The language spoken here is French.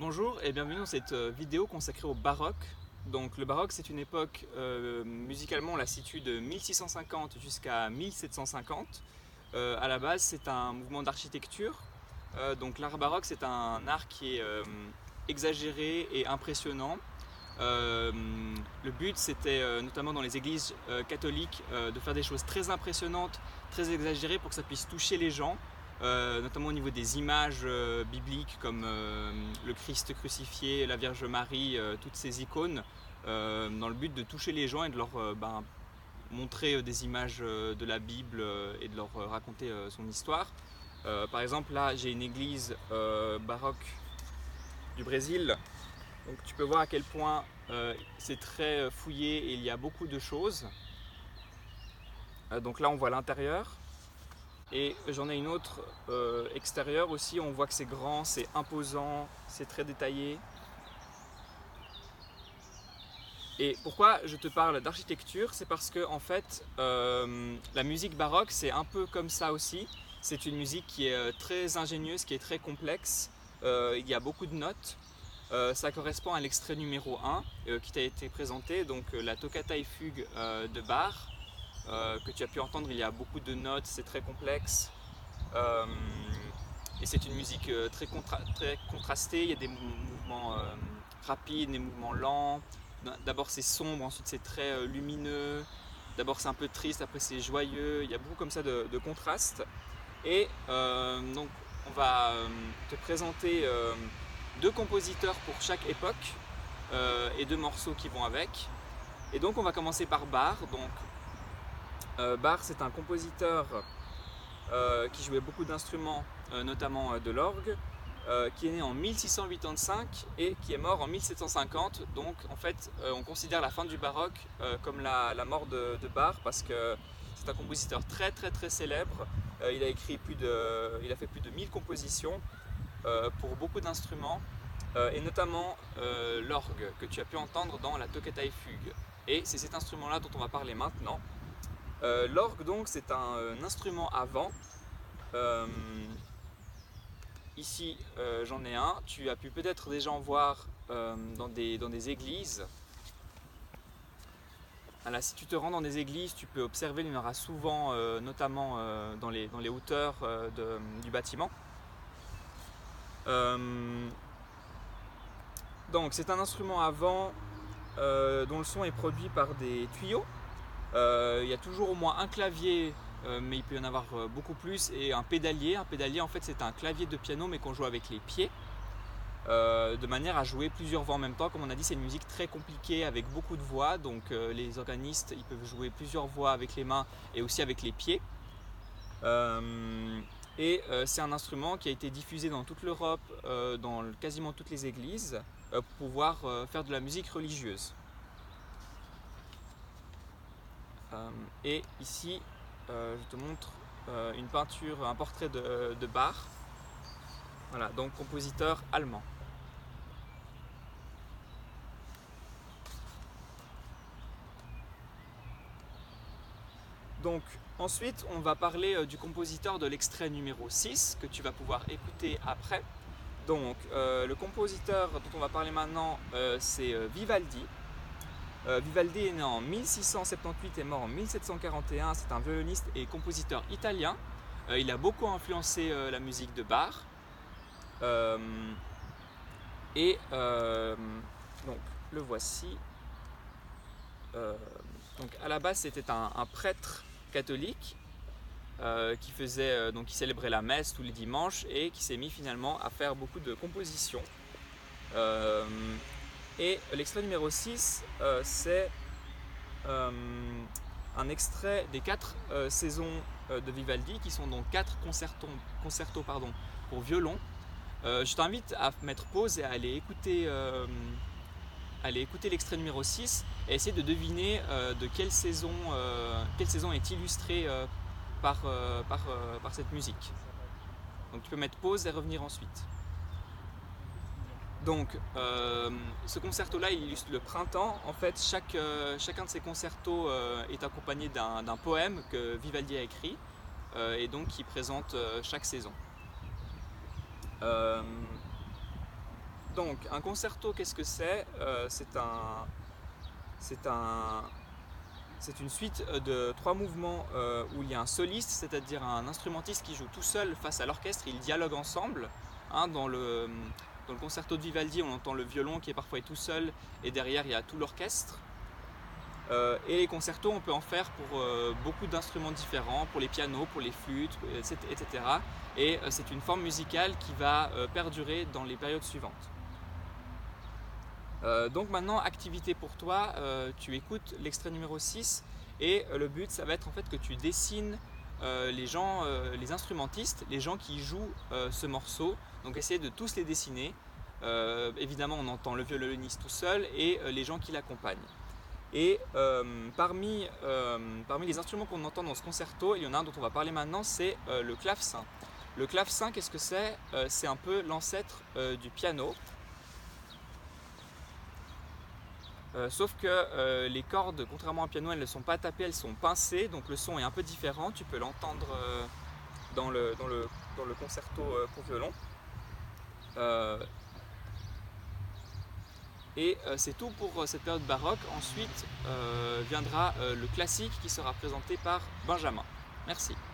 Bonjour et bienvenue dans cette vidéo consacrée au baroque. Donc le baroque, c'est une époque, musicalement on la situe de 1650 jusqu'à 1750. À la base c'est un mouvement d'architecture. Donc l'art baroque, c'est un art qui est exagéré et impressionnant. Le but, c'était notamment dans les églises catholiques de faire des choses très impressionnantes, très exagérées pour que ça puisse toucher les gens. Notamment au niveau des images bibliques comme le Christ crucifié, la Vierge Marie, toutes ces icônes, dans le but de toucher les gens et de leur montrer des images de la Bible et de leur raconter son histoire. Par exemple, là j'ai une église baroque du Brésil, donc tu peux voir à quel point c'est très fouillé et il y a beaucoup de choses. Donc là on voit l'intérieur. Et j'en ai une autre extérieure aussi, on voit que c'est grand, c'est imposant, c'est très détaillé. Et pourquoi je te parle d'architecture? C'est parce que en fait, la musique baroque, c'est un peu comme ça aussi. C'est une musique qui est très ingénieuse, qui est très complexe. Il y a beaucoup de notes. Ça correspond à l'extrait numéro 1 qui t'a été présenté, donc la toccata et fugue de Bach. Que tu as pu entendre, il y a beaucoup de notes, c'est très complexe. Et c'est une musique très contrastée, il y a des mouvements rapides, des mouvements lents. D'abord c'est sombre, ensuite c'est très lumineux. D'abord c'est un peu triste, après c'est joyeux. Il y a beaucoup comme ça de contrastes. Et donc on va te présenter deux compositeurs pour chaque époque et deux morceaux qui vont avec. Et donc on va commencer par Bach. Donc Bach, c'est un compositeur qui jouait beaucoup d'instruments, notamment de l'orgue, qui est né en 1685 et qui est mort en 1750. Donc en fait, on considère la fin du baroque comme la mort de Bach parce que c'est un compositeur très célèbre. Il a fait plus de 1000 compositions pour beaucoup d'instruments et notamment l'orgue que tu as pu entendre dans la toccata et fugue. Et c'est cet instrument-là dont on va parler maintenant. L'orgue, donc, c'est un instrument à vent. Ici, j'en ai un. Tu as pu peut-être déjà en voir dans des églises. Voilà, si tu te rends dans des églises, tu peux observer, il y en aura souvent, notamment dans les hauteurs du bâtiment. Donc, c'est un instrument à vent dont le son est produit par des tuyaux. Il y a toujours au moins un clavier, mais il peut y en avoir beaucoup plus, et un pédalier. Un pédalier, en fait, c'est un clavier de piano, mais qu'on joue avec les pieds, de manière à jouer plusieurs voix en même temps. Comme on a dit, c'est une musique très compliquée avec beaucoup de voix, donc les organistes ils peuvent jouer plusieurs voix avec les mains et aussi avec les pieds. C'est un instrument qui a été diffusé dans toute l'Europe, dans quasiment toutes les églises, pour pouvoir faire de la musique religieuse. Et ici, je te montre une peinture, un portrait de Bach. Voilà, donc compositeur allemand. Donc ensuite, on va parler du compositeur de l'extrait numéro 6 que tu vas pouvoir écouter après. Donc le compositeur dont on va parler maintenant, c'est Vivaldi. Vivaldi est né en 1678 et mort en 1741. C'est un violoniste et compositeur italien. Il a beaucoup influencé la musique de Bach. Donc le voici. Donc à la base c'était un prêtre catholique qui célébrait la messe tous les dimanches et qui s'est mis finalement à faire beaucoup de compositions. Et l'extrait numéro 6, c'est un extrait des 4 saisons de Vivaldi, qui sont donc 4 concertos pour violon. Je t'invite à mettre pause et à aller écouter l'extrait numéro 6 et essayer de deviner de quelle saison est illustrée par cette musique. Donc tu peux mettre pause et revenir ensuite. Donc ce concerto-là, il illustre le printemps. En fait, chacun de ces concertos est accompagné d'un poème que Vivaldi a écrit et donc qui présente chaque saison. Donc un concerto, qu'est-ce que c'est? C'est une suite de 3 mouvements où il y a un soliste, c'est-à-dire un instrumentiste qui joue tout seul face à l'orchestre, ils dialoguent ensemble. Hein, dans le concerto de Vivaldi, on entend le violon qui est parfois tout seul et derrière il y a tout l'orchestre. Et les concertos, on peut en faire pour beaucoup d'instruments différents, pour les pianos, pour les flûtes, etc. Et c'est une forme musicale qui va perdurer dans les périodes suivantes. Donc maintenant, activité pour toi, tu écoutes l'extrait numéro 6 et le but, ça va être en fait que tu dessines les instrumentistes, les gens qui jouent ce morceau. Donc essayer de tous les dessiner. Évidemment, on entend le violoniste tout seul et les gens qui l'accompagnent. Et parmi les instruments qu'on entend dans ce concerto, il y en a un dont on va parler maintenant, c'est le clavecin. Le clavecin, qu'est-ce que c'est? C'est un peu l'ancêtre du piano. Sauf que les cordes, contrairement au piano, elles ne sont pas tapées, elles sont pincées, donc le son est un peu différent. Tu peux l'entendre dans le concerto pour violon. Et c'est tout pour cette période baroque. Ensuite viendra le classique qui sera présenté par Benjamin. Merci.